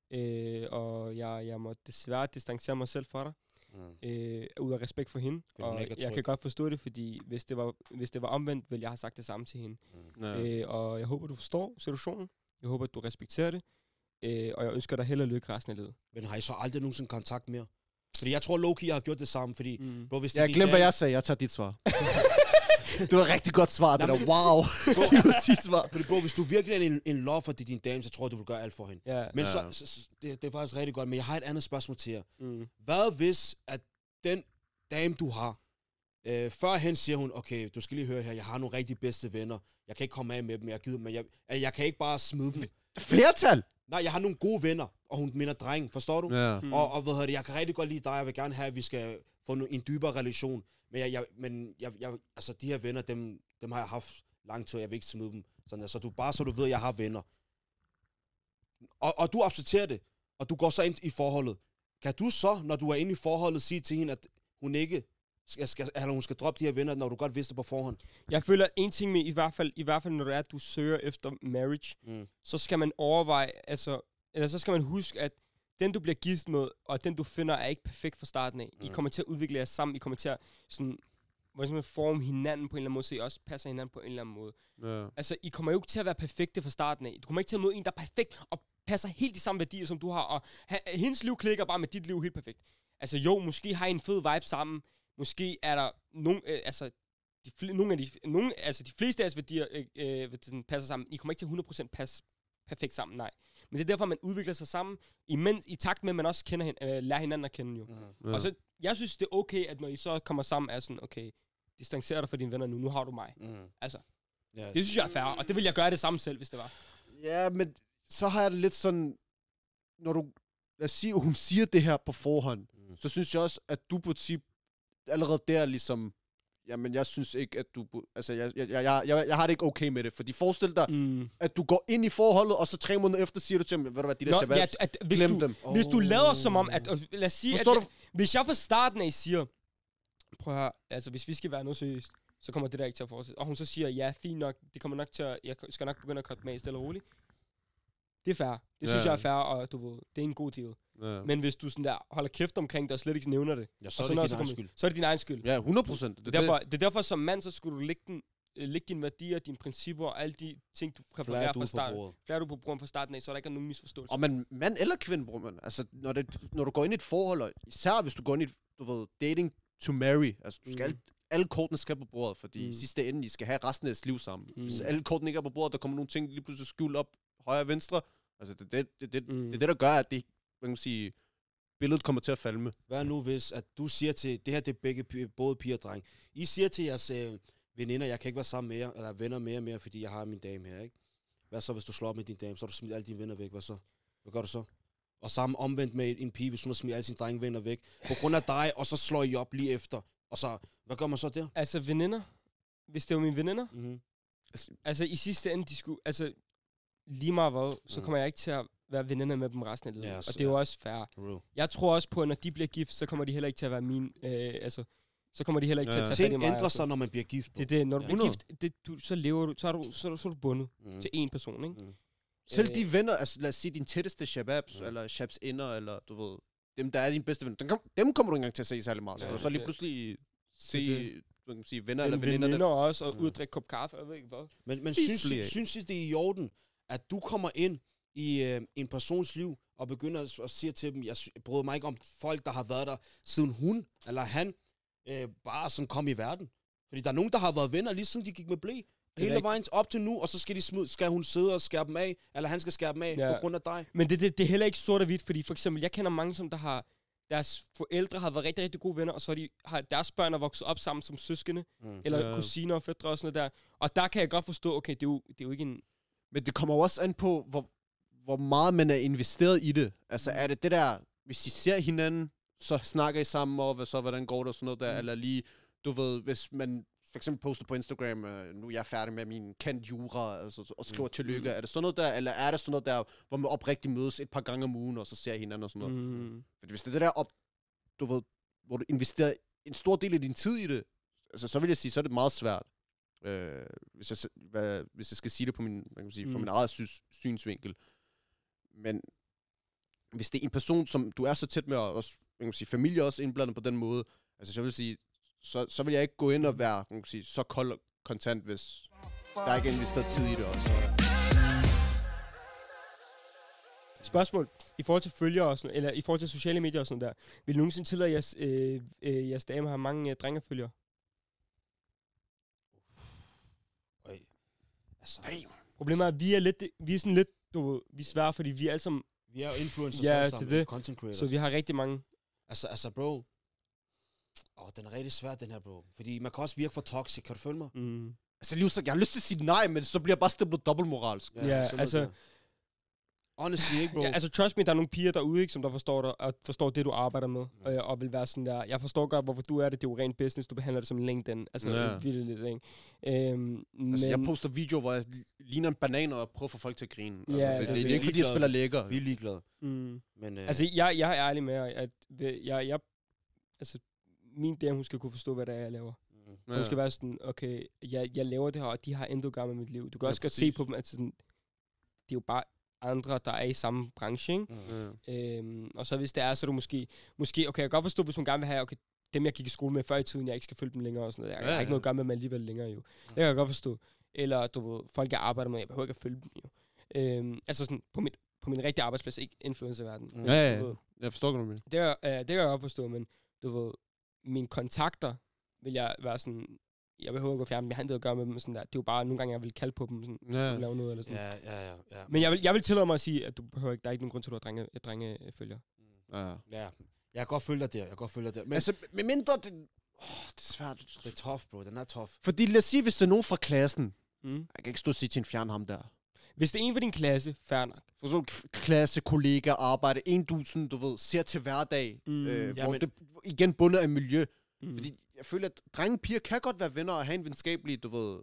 Og jeg må desværre distancere mig selv fra dig. Ud af respekt for hende. Og jeg kan godt forstå det, fordi hvis det var omvendt, ville jeg have sagt det samme til hende. Og jeg håber, du forstår situationen. Jeg håber, at du respekterer det. Og jeg ønsker dig held og lykke resten af livet. Men har I så aldrig nogensinde kontakt mere? Fordi jeg tror, Loki har gjort det samme, fordi... Bro, hvis jeg glemte, hvad jeg sagde. Jeg tager dit svar. Det var et rigtig godt svar, det der. Wow. Svar. Fordi, bro, hvis du virkelig er en lover for din dame, så tror jeg, du vil gøre alt for hende. Men så det er faktisk rigtig godt. Men jeg har et andet spørgsmål til jer. Hvad hvis, at den dame, du har, førhen siger hun, okay, du skal lige høre her, jeg har nogle rigtig bedste venner. Jeg kan ikke komme af med dem, jeg kan ikke bare smide dem. Flertal? Nej, jeg har nogle gode venner, og hun minder dreng, forstår du? Ja. Og hvad hedder det, jeg kan rigtig godt lide dig, jeg vil gerne have, at vi skal få en dybere relation. Men altså, de her venner, dem har jeg haft lang tid, jeg vil ikke smide dem. Sådan, altså, så du ved, at jeg har venner. Og du accepterer det, og du går så ind i forholdet. Kan du så, når du er inde i forholdet, sige til hende, at hun ikke hun skal droppe de her venner, når du godt vidste på forhånd? Jeg føler, at en ting med, i hvert fald når det er, at du søger efter marriage, så skal man overveje, eller så skal man huske, at den, du bliver gift med, og den, du finder, er ikke perfekt fra starten af. I kommer til at udvikle jer sammen. I kommer til at sådan, forme hinanden på en eller anden måde, så I også passer hinanden på en eller anden måde. Ja. Altså, I kommer jo ikke til at være perfekte fra starten af. Du kommer ikke til at møde en, der er perfekt og passer helt de samme værdier, som du har. Og hendes liv klikker bare med dit liv helt perfekt. Altså jo, måske har I en fed vibe sammen. Måske er der de fleste af jeres værdier passer sammen. I kommer ikke til 100% passe perfekt sammen, nej. Men det er derfor, man udvikler sig sammen, i takt med, at man også lærer hinanden at kende jo. Ja. Og så, jeg synes, det er okay, at når I så kommer sammen, er sådan, okay, distancerer dig fra dine venner nu har du mig. Altså, det synes jeg er fair, og det vil jeg gøre det samme selv, hvis det var. Ja, men så har jeg det lidt sådan, når du, lad os sige, hun siger det her på forhånd, så synes jeg også, at du burde sige, allerede der ligesom, jamen jeg synes ikke, at du, altså jeg har det ikke okay med det, fordi forestil dig, at du går ind i forholdet, og så 3 måneder efter siger du til dem, ved du hvad, de der shababs, glem dem. Hvis du lader som om, at lad os sige, hvis jeg fra starten af siger, prøv at høre, altså hvis vi skal være noget seriøst, så kommer det der ikke til at fortsætte. Og hun så siger, ja, fint nok, det kommer nok til at, jeg skal nok begynde at cutte med stille og roligt. Det er fair. Det synes jeg er fair, og du ved, det er en god deal. Ja. Men hvis du sådan der holder kæft omkring det, og slet ikke nævner det, ja, så er det din egen skyld. Så er det din egen skyld. Ja, 100%. Det er derfor, som mand, så skulle du lægge den lægge dine værdier, dine principper og alle de ting, du Flager præparerer du fra på starten. bordet. Flager du på bordet fra starten af, så er der ikke nogen misforståelse. Og man, mand eller kvinde, bror, man. Altså, når du går ind i et forhold, og især hvis du går ind i et, du ved, dating to marry, altså, du skal alle kortene skal på bordet, fordi i sidste ende, I skal have resten af jeres liv sammen. Hvis alle kortene ikke er på bordet, der kommer nogle ting lige pludselig skjult op, højre og venstre. Altså, det er det, der gør, at det, hvad kan man sige, billedet kommer til at falme. Hvad nu hvis, at du siger til, det her det er begge, både piger og dreng. I siger til jeres veninder, jeg kan ikke være sammen med jer, eller venner mere, fordi jeg har min dame her, ikke? Hvad så, hvis du slår op med din dame, så har du smidt alle dine venner væk, hvad så? Hvad gør du så? Og sammen omvendt med en pige, hvis hun har smidt alle sine drengevenner væk, på grund af dig, og så slår I op lige efter. Og så, hvad gør man så der? Altså veninder, hvis det var mine veninder, Mm-hmm. altså i sidste ende, de skulle, altså lige meget hvad, så kommer jeg ikke til at være veninder med dem resten af livet. Ja, Og det er jo også fair. Jeg tror også på, at når de bliver gift, så kommer de heller ikke til at være mine, altså, så kommer de heller ikke til at tage fat i ting mig. ændrer sig, når man bliver gift. Det er det, når du bliver gift, så lever du, så er du bundet til én person, ikke? Selv de venner, altså lad os sige dine tætteste shababs, eller shabs inder, eller du ved, dem der er dine bedste venner, dem kommer du ikke engang til at se særlig meget. Så, så lige pludselig se, man kan sige, venner eller veninder. Veninder også, og ud og drikke kop kaffe, jeg ved ikke hvad. Men synes I, det er i orden, at du kommer ind i en persons liv, og begynder at sige til dem, jeg bryder mig ikke om folk, der har været der, siden hun eller han bare sådan kom i verden. Fordi der er nogen, der har været venner, lige siden de gik med blæ. Hele vejen op til nu, og så skal hun sidde og skære dem af, eller han skal skære dem af på grund af dig. Men det er heller ikke sort og hvidt, fordi for eksempel, jeg kender mange, som der har, deres forældre har været rigtig, rigtig gode venner, og så har deres børn er vokset op sammen som søskende, eller kusiner og fætre og sådan noget der. Og der kan jeg godt forstå, okay, det er jo ikke en... Men det kommer også an på, hvor meget man er investeret i det. Altså er det der, hvis I ser hinanden, så snakker I sammen over, hvordan går det og sådan noget der, eller lige, du ved, hvis man for eksempel poster på Instagram, nu er jeg færdig med min kendt jura, altså, og skriver tillykke. Er det sådan noget der, eller er det sådan noget der, hvor man oprigtigt mødes et par gange om ugen, og så ser hinanden og sådan noget? Fordi hvis det er det der, du ved, hvor du investerer en stor del af din tid i det, altså, så vil jeg sige, så er det meget svært. Hvis jeg skal sige det på min, man kan sige, fra min eget synsvinkel. Men hvis det er en person, som du er så tæt med, og også, man kan sige, familie også indblandet på den måde, altså jeg vil sige, så vil jeg ikke gå ind og være, man kan sige, så kold og kontant, hvis der ikke er investeret tid i det også. Spørgsmål i forhold til følgere og sådan, eller i forhold til sociale medier og sådan der. Vil du nogensinde tillade jeres dame har mange drengefølgere? Altså, problemet er, at vi er sådan lidt, vi er svære, fordi vi er alle sammen... Vi er jo influencers sammen, det. Content creators. Så vi har rigtig mange... Altså bro, den er rigtig svær, den her, bro. Fordi man kan også virke for toxic, kan du følge mig? Altså, jeg har lyst til at sige nej, men så bliver jeg bare stemplet dobbeltmoralsk. Ja, altså... Honestly, ikke, bro? Ja, altså, trust me, der er nogle piger derude, ikke, som der forstår dig, og forstår det, du arbejder med, og vil være sådan der, jeg forstår godt, hvorfor du er det er jo rent business, du behandler det som LinkedIn. Altså, vildt lidt, ikke? Altså, jeg poster videoer, hvor jeg ligner en banan, og prøver at få folk til at grine. Ja, altså, det er ikke, fordi jeg spiller lækker. Vi er ligeglade. Men, altså, jeg er ærlig med, at jeg altså, min dame, hun skal kunne forstå, hvad det er, jeg laver. Hun skal være sådan, okay, jeg laver det her, og de har intet gøre med mit liv. Du kan også godt se på dem, at sådan, det er jo bare andre, der er i samme branche, ikke? Og så hvis det er, så er du måske, okay, jeg kan godt forstå, hvis hun gerne vil have, okay, dem jeg gik i skole med før i tiden, jeg ikke skal følge dem længere og sådan noget. Jeg har ikke noget at gøre med dem alligevel længere, jo. Det kan jeg godt forstå. Eller, du ved, folk jeg arbejder med, jeg behøver ikke at følge dem, jo. Altså sådan, på min rigtige arbejdsplads, ikke influencerverden. Jeg forstår godt, det kan jeg godt forstå, men du ved, mine kontakter vil jeg være sådan, jeg behøver ikke at fjerne dem, jeg har intet at gøre med dem sådan der. Det er jo bare nogle gange, jeg vil kalde på dem, sådan, lave noget eller sådan. Ja. Men jeg vil tillade mig at sige, at du behøver ikke, der er ikke nogen grund til, at du har drengefølger. Ja. Jeg kan godt følge dig der. Men altså, med mindre det... det er svært. Det er tough, bro. Den er tough. Fordi lad os sige, hvis det er nogen fra klassen. Jeg kan ikke stå og sige til en fjern ham der. Hvis det er en fra din klasse, fair nok. For så klasse, kollega, arbejde, en du sådan, du ved, ser til hverdag, hvor det igen bundet af miljø. Fordi jeg føler, at drenge og piger kan godt være venner og have en venskabelig, du ved,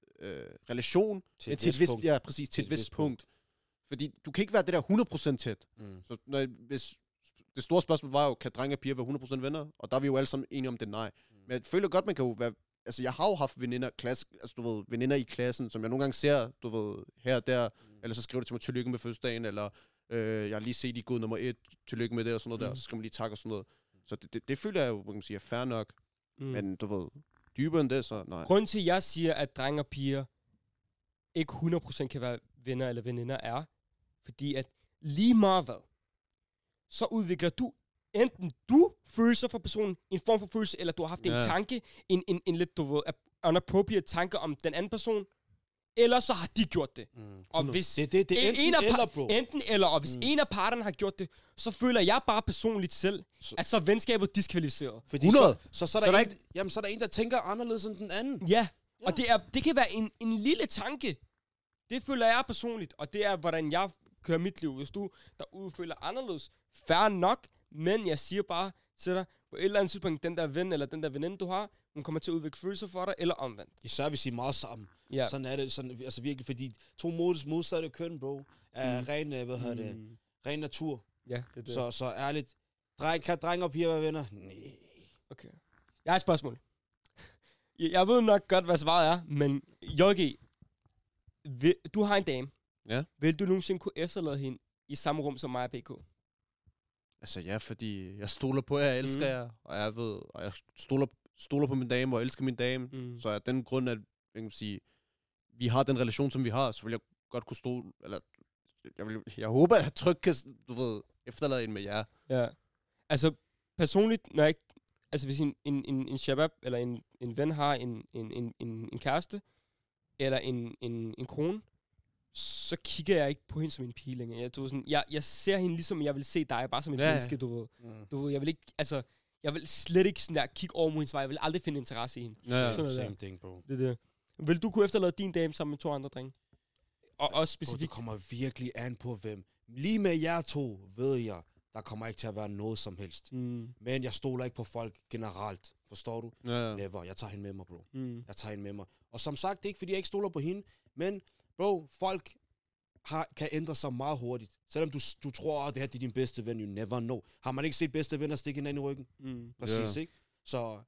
relation til et vist punkt. Ja, præcis, til et vist punkt. Fordi du kan ikke være det der 100% tæt. Så hvis det store spørgsmål var jo, kan drenge og piger være 100% venner? Og der er vi jo alle sammen enige om det nej. Men jeg føler godt, man kan jo være... Altså, jeg har jo haft veninder i klassen, som jeg nogle gange ser, du ved, her og der, eller så skriver det til mig, tillykke med fødselsdagen, eller jeg har lige set, de er gået nummer 1, tillykke med det, og sådan noget der, så skal man lige takke og sådan noget. Så det føler jeg jo, man kan sige, er fair nok. Men du ved, dybere end det, så nej. Grunden til, at jeg siger, at drenge og piger ikke 100% kan være venner eller veninder, er, fordi at lige meget hvad, så udvikler du enten følelser for personen, en form for følelse, eller du har haft en tanke, en lidt, du ved, unappropriate tanke om den anden person, eller så har de gjort det. Og hvis det er enten eller, og hvis en af parterne har gjort det, så føler jeg bare personligt selv, at så er venskabet diskvalificeret. Fordi 100. Så er der en, der tænker anderledes end den anden. Ja, og det kan være en lille tanke. Det føler jeg personligt, og det er, hvordan jeg kører mit liv. Hvis du derude føler anderledes, fair nok, men jeg siger bare til dig, på et eller andet tidspunkt, den der ven eller den der veninde, du har, hun kommer til at udvikle følelser for dig, eller omvendt. Især hvis I er meget sammen. Ja. Sådan er det, sådan, altså virkelig, fordi to modsatte køn, bro, er ren natur. Ja, det er det. Så ærligt, kan drenge og piger være venner? Nej. Okay. Jeg har et spørgsmål. Jeg ved nok godt, hvad svaret er, men JG, du har en dame. Ja. Vil du nogensinde kunne efterlade hende i samme rum som mig og PK? Altså ja, fordi jeg stoler på jer, jeg elsker jer, og jeg stoler på min dame, og jeg elsker min dame. Så af den grund, at jeg kan sige, vi har den relation, som vi har, så vil jeg godt kunne stole, eller jeg håber, at jeg trygt kan, efterlade en med jer. Ja. Altså, personligt, når jeg altså hvis en shabab, eller en ven har en kæreste, eller en kone, så kigger jeg ikke på hende som en pige længere. Jeg ser hende ligesom, jeg vil se dig, bare som et menneske, du ved. Jeg vil ikke, altså, jeg vil slet ikke sådan der kigge over mod hendes vej. Jeg vil aldrig finde interesse i hende. Same thing, bro. Det. Vil du kunne efterlade din dame sammen med 2 andre drenge? Og også specifikt. Det kommer virkelig an på hvem. Lige med jer to, ved jeg, der kommer ikke til at være noget som helst. Men jeg stoler ikke på folk generelt. Forstår du? Never. Jeg tager hende med mig, bro. Jeg tager hende med mig. Og som sagt, det er ikke, fordi jeg ikke stoler på hende, men bro, folk kan ændre sig meget hurtigt. Selvom du tror, at det her er din bedste ven, you never know. Har man ikke set bedste venner stikke hinanden i ryggen? Præcis, ikke? Så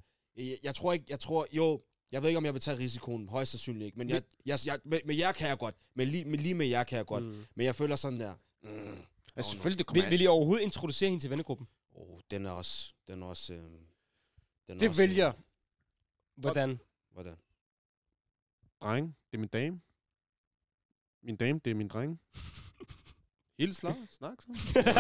jeg ved ikke, om jeg vil tage risikoen. Højst sandsynligt ikke. Men med jer kan jeg godt. Men lige med jer kan jeg godt. Men jeg føler sådan der. Selvfølgelig, vil I overhovedet introducere hende til vennegruppen? Den er også... Det vil jeg. Hvordan? Dreng, det er min dame. Min dame, det er min dreng. Helt snak sammen.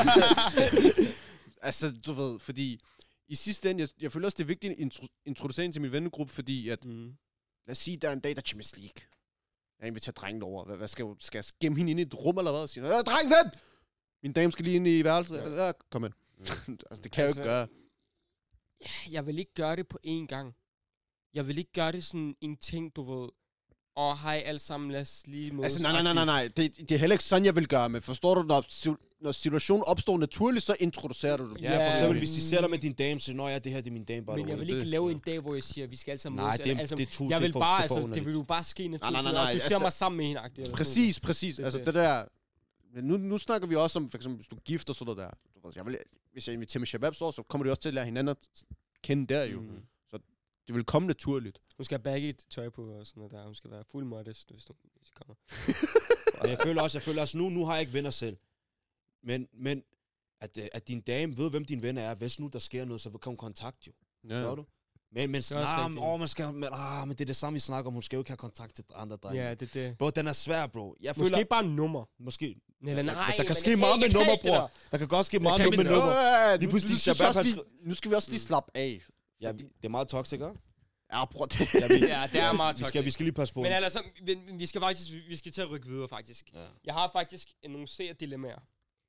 Altså, du ved, fordi i sidste ende, jeg føler også, det er vigtigt at introducere hende til min vennegruppe, fordi at, lad os sige, der er en dag, der er Champions League. Jeg inviterer drengen over. Hvad skal jeg gemme hende ind i et rum, eller hvad? Og sige, dreng, vent! Min dame skal lige ind i værelset. Ja, kom ind. Altså, det kan jeg jo ikke gøre. Jeg vil ikke gøre det på én gang. Jeg vil ikke gøre det sådan en ting, du ved. Hej alle sammen, lad os lige mødes. Altså, nej. Det er heller ikke sådan, jeg vil gøre, men forstår du, når situationen opstår naturligt, så introducerer du det. Ja, for eksempel, hvis de ser dig med din dame, så det her det er min dame. Men jeg vil ikke lave en dag, hvor jeg siger, vi skal alle sammen mødes. Nej, det jeg vil bare, altså, det vil jo bare ske naturligt. Nej, du ser mig sammen med hende. Præcis. Altså, det der... Nu snakker vi også om, for eksempel, hvis du gifter sådan noget der. Hvis jeg inviterer med shabab, så kommer de også til at lære hinanden at kende der jo. Så det vil komme naturligt. Hun skal have baggy tøj på og sådan noget der. Hun skal være fuld modest, hvis de kommer. Jeg føler også, nu har jeg ikke venner selv. Men at din dame ved, hvem din venner er. Hvis nu der sker noget, så kan hun kontakte jo. Gør du? Men det er det samme, vi snakker om. Hun skal jo ikke have kontakt til andre drenge. Ja, det. Bro, den er svær, bro. Måske bare nummer. Måske. Nej, der kan ske meget med nummer, bror. Der kan godt ske meget med nummer. Nu skal vi også lige slappe af. Ja, det er meget toxic, ikke? Ja, bror. Det er meget toxic. Vi skal lige passe på. Men altså, vi skal til at rykke videre, faktisk. Ja. Jeg har faktisk nogle dilemmaer.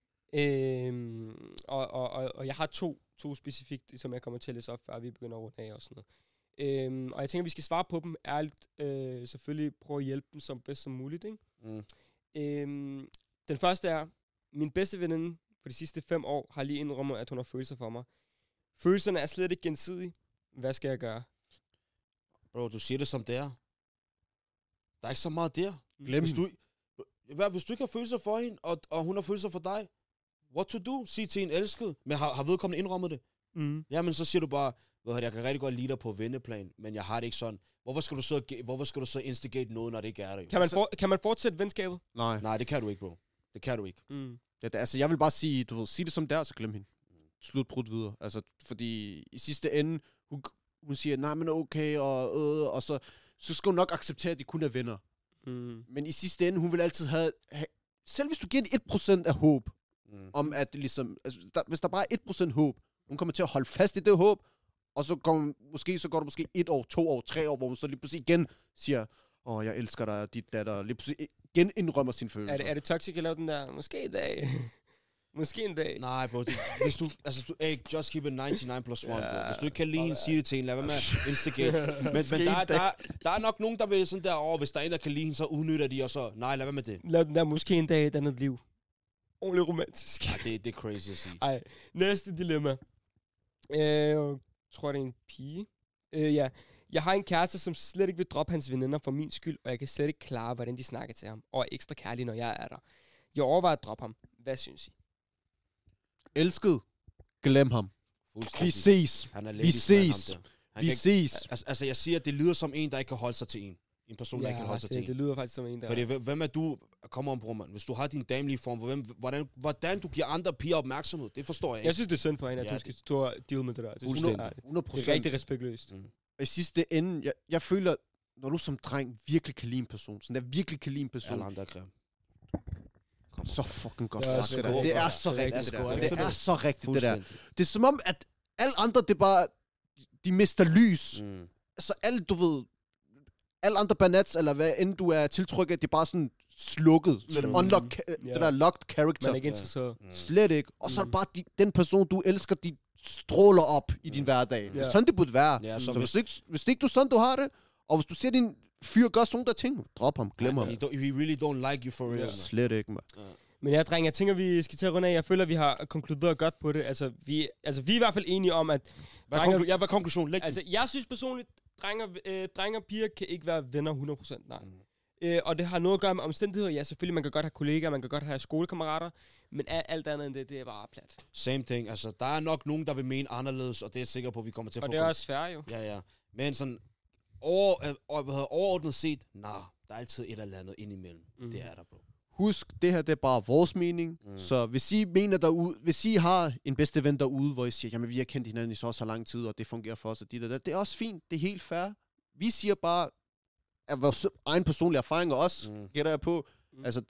Og jeg har to specifikt, som jeg kommer til at læse op, før vi begynder at runde af og sådan noget. Og jeg tænker, vi skal svare på dem ærligt. Selvfølgelig prøve at hjælpe dem som bedst som muligt, ikke? Den første er, min bedste veninde for de sidste 5 år har lige indrømmet, at hun har følelser for mig. Følelserne er slet ikke gensidige. Hvad skal jeg gøre? Bro, du siger det som det er. Der er ikke så meget der. Glem hvis du ikke har følelser for hende, og hun har følelser for dig, what to do? Sig til en elsket. Men har vedkommende indrømmet det? Jamen, så siger du bare, jeg kan rigtig godt lide dig på venneplan, men jeg har det ikke sådan. Hvorfor skal du så instigate noget, når det ikke er der? Kan man fortsætte venskabet? Nej, det kan du ikke, bro. Det kan du ikke. Altså, jeg vil bare sige, sig det som det er, så glem hende. Slut brudt videre. Altså, fordi i sidste ende, hun siger, nej, men okay, og så skal hun nok acceptere, at de kun er venner. Men i sidste ende, hun vil altid have selv hvis du giver en 1% af håb, om at ligesom, altså, hvis der bare er 1% håb, hun kommer til at holde fast i det håb, og så går du måske 1 år, 2 år, 3 år, hvor hun så lige pludselig igen siger, jeg elsker dig, dit datter, lige pludselig igen indrømmer sin følelser. Er det toxic at lave den der, måske i dag? Måske en dag. Nej, bro. Hvis du, just keep it 99 + 1, bro. Hvis du ikke kan lide hende, sige det til hende. Lad være med at instigate. men der er nok nogen, der vil sådan der, hvis der er en, der kan lide hende, så udnytter de, og så, nej, lad være med det. Lad den der måske en dag et andet liv. Ordentligt romantisk. Ja, det er crazy at sige. Ej, næste dilemma. Jeg tror, det er en pige. Ja. Jeg har en kæreste, som slet ikke vil droppe hans veninder for min skyld, og jeg kan slet ikke klare, hvordan de snakker til ham, og er ekstra kærlig, når jeg er der. Jeg overvejer at droppe ham. Hvad synes I? Elsket. Glem ham. Vi ses. Vi ses. Vi ses. Altså, jeg siger, at det lyder som en, der ikke kan holde sig til en. En person, der ikke kan holde sig til en. Det lyder faktisk som en, der... Fordi hvem er du? Kommer om, bror, man. Hvis du har din damelige form, hvordan du giver andre piger opmærksomhed, det forstår jeg ikke. Jeg synes, det er synd for hende, at du skal stå og deal med det der. 100%. Det er rigtig respektløst. I sidste ende, jeg føler, når du som dreng virkelig kan lide en person, sådan der virkelig kan lide en person. Alle andre er grim. Så fucking godt sagt det der. Det er så rigtigt det der. Det er så rigtigt det der. Det er som om, at alle andre, det er bare, de mister lys. Så alle, du ved, alle andre banats, eller hvad end du er tiltrykket, det er bare sådan slukket. Så det der locked character. Man er ikke interesseret. Slet ikke. Og så er det bare den person, du elsker, de stråler op i din hverdag. Det er sådan, det burde være. Så hvis ikke du sådan, du har det, og hvis du ser din fyr gør sådan der ting, drop ham, glem ham. We really don't like you for real. Slet ikke, man. Men ja, dreng, jeg tænker, vi skal til at runde af. Jeg føler, vi har konkluderet godt på det. Altså, vi er i hvert fald enige om, at... Hvad er konklusionen? Altså, jeg synes personligt, drenge og piger kan ikke være venner 100%, nej. Og det har noget at gøre med omstændigheder. Ja, selvfølgelig, man kan godt have kollegaer, man kan godt have skolekammerater, men alt andet end det er bare plat. Same thing. Altså, der er nok nogen, der vil mene anderledes, og det er jeg sikker på, at vi kommer til at få. Og det er også fair, jo. Ja. Men sådan, overordnet set, der er altid et eller andet indimellem. Det er der, bro. Husk, det her det er bare vores mening. Så hvis I mener derude, hvis I har en bedste ven derude, hvor I siger, jamen vi har kendt hinanden i så lang tid, og det fungerer for os, og det er også fint. Det er helt fair. Vi siger bare, at vores egen personlige erfaring også, gætter jeg på. Altså,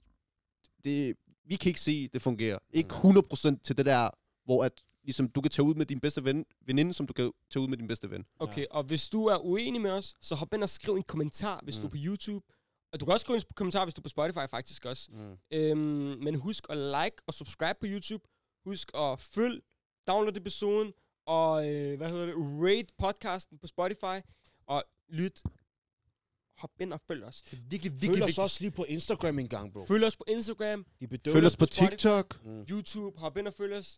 vi kan ikke se, det fungerer. Ikke 100% til det der, hvor at, ligesom, du kan tage ud med din bedste veninde, som du kan tage ud med din bedste ven. Okay, og hvis du er uenig med os, så hop ind og skriv en kommentar, hvis du er på YouTube. Og du kan også skrive en kommentar, hvis du er på Spotify faktisk også. Men husk at like og subscribe på YouTube. Husk at følg, download episoden, og rate podcasten på Spotify. Og lyt. Hop ind og følg os. Det er virkelig vigtigt. Følg os også lige på Instagram en gang, bro. Følg os på Instagram. Følg os på TikTok. YouTube. Hop ind og følg os.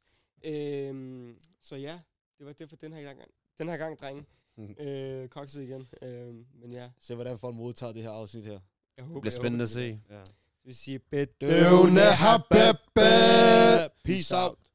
Så ja, det var det for den her gang, drenge. Kokset igen. Men ja. Se, hvordan folk modtager det her afsnit her. Det bliver spændende at se. Vi siger bedøvende habebbe. Peace out.